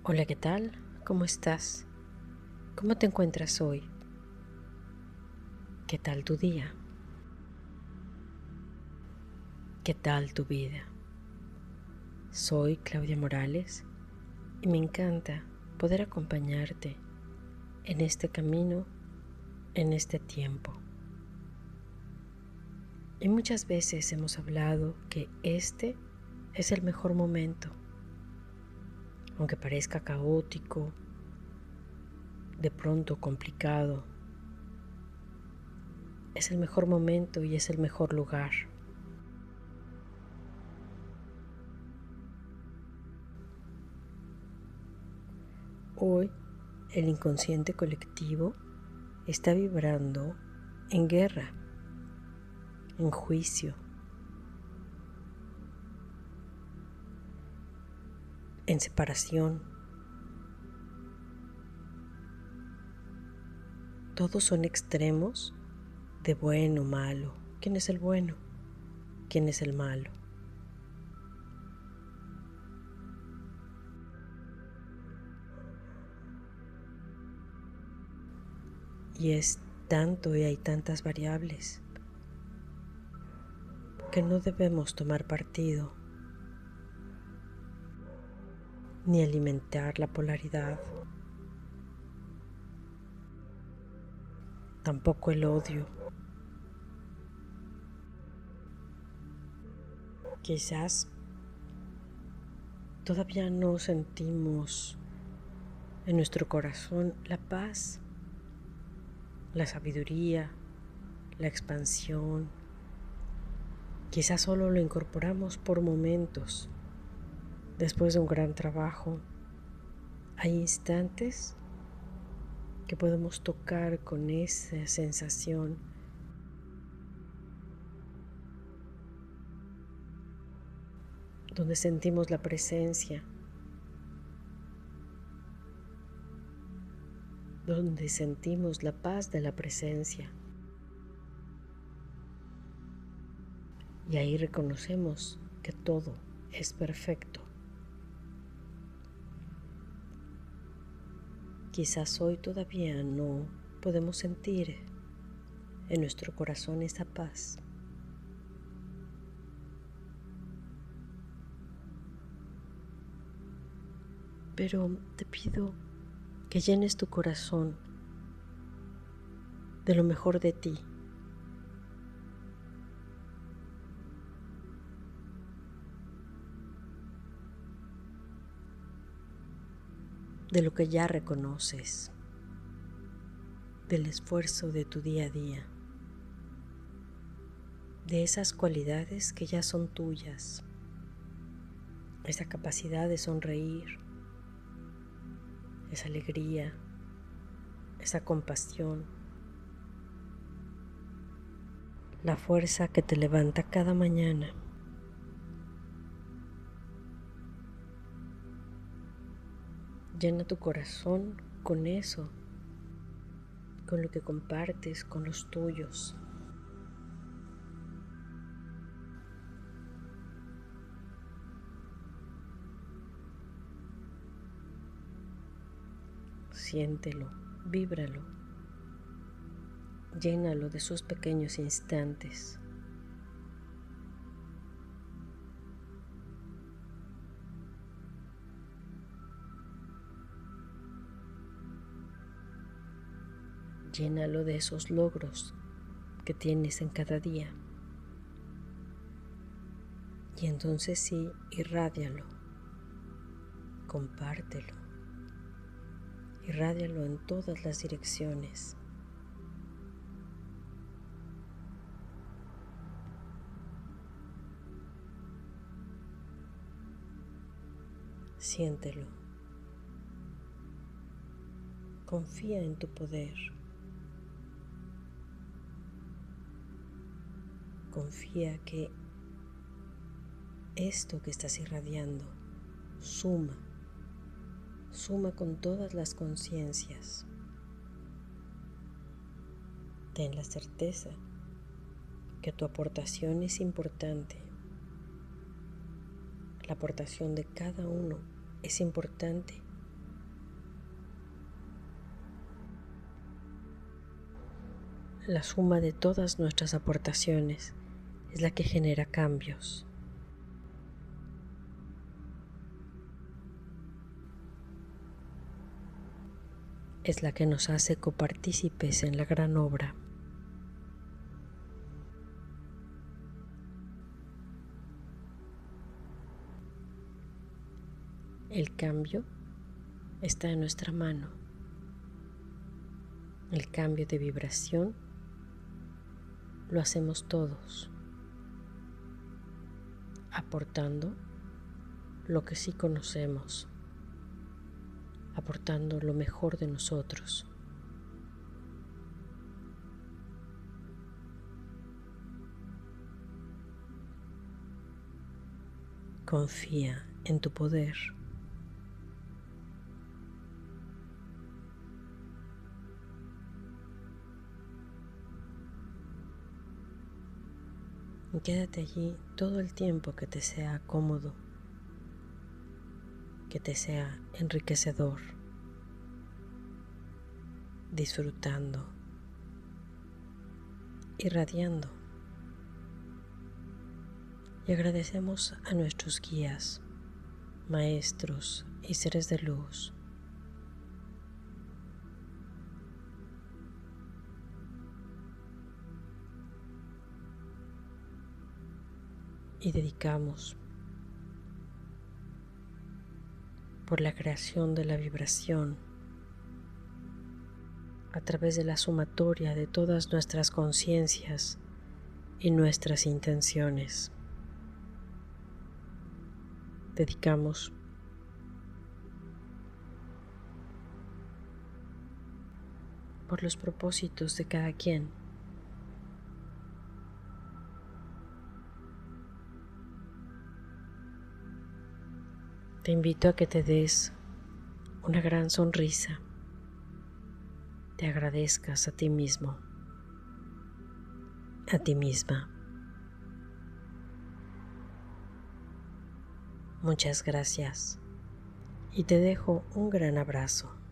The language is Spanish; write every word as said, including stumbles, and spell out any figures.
Hola, ¿qué tal? ¿Cómo estás? ¿Cómo te encuentras hoy? ¿Qué tal tu día? ¿Qué tal tu vida? Soy Claudia Morales y me encanta poder acompañarte en este camino, en este tiempo. Y muchas veces hemos hablado que este es el mejor momento, aunque parezca caótico, de pronto complicado. Es el mejor momento y es el mejor lugar. Hoy, el inconsciente colectivo está vibrando en guerra, en juicio, en separación. Todos son extremos de bueno o malo. ¿Quién es el bueno? ¿Quién es el malo? Y es tanto y hay tantas variables que no debemos tomar partido ni alimentar la polaridad, tampoco el odio. Quizás todavía no sentimos en nuestro corazón la paz, la sabiduría, la expansión. Quizás solo lo incorporamos por momentos. Después de un gran trabajo, hay instantes que podemos tocar con esa sensación donde sentimos la presencia, donde sentimos la paz de la presencia. Y ahí reconocemos que todo es perfecto. Quizás hoy todavía no podemos sentir en nuestro corazón esa paz. Pero te pido que llenes tu corazón de lo mejor de ti. De lo que ya reconoces, del esfuerzo de tu día a día, de esas cualidades que ya son tuyas, esa capacidad de sonreír, esa alegría, esa compasión, la fuerza que te levanta cada mañana. Llena tu corazón con eso, con lo que compartes con los tuyos. Siéntelo, víbralo, llénalo de sus pequeños instantes. Llénalo de esos logros que tienes en cada día. Y entonces sí, irrádialo, compártelo, irrádialo en todas las direcciones. Siéntelo. Confía en tu poder. Confía que esto que estás irradiando suma, suma con todas las conciencias. Ten la certeza que tu aportación es importante. La aportación de cada uno es importante la suma de todas nuestras aportaciones es la que genera cambios. Es la que nos hace copartícipes en la gran obra. El cambio está en nuestra mano. El cambio de vibración lo hacemos todos, aportando lo que sí conocemos, aportando lo mejor de nosotros. Confía en tu poder. Y quédate allí todo el tiempo que te sea cómodo, que te sea enriquecedor, disfrutando, irradiando. Y agradecemos a nuestros guías, maestros y seres de luz. Y dedicamos por la creación de la vibración a través de la sumatoria de todas nuestras conciencias y nuestras intenciones. Dedicamos por los propósitos de cada quien. Te invito a que te des una gran sonrisa, te agradezcas a ti mismo, a ti misma. Muchas gracias y te dejo un gran abrazo.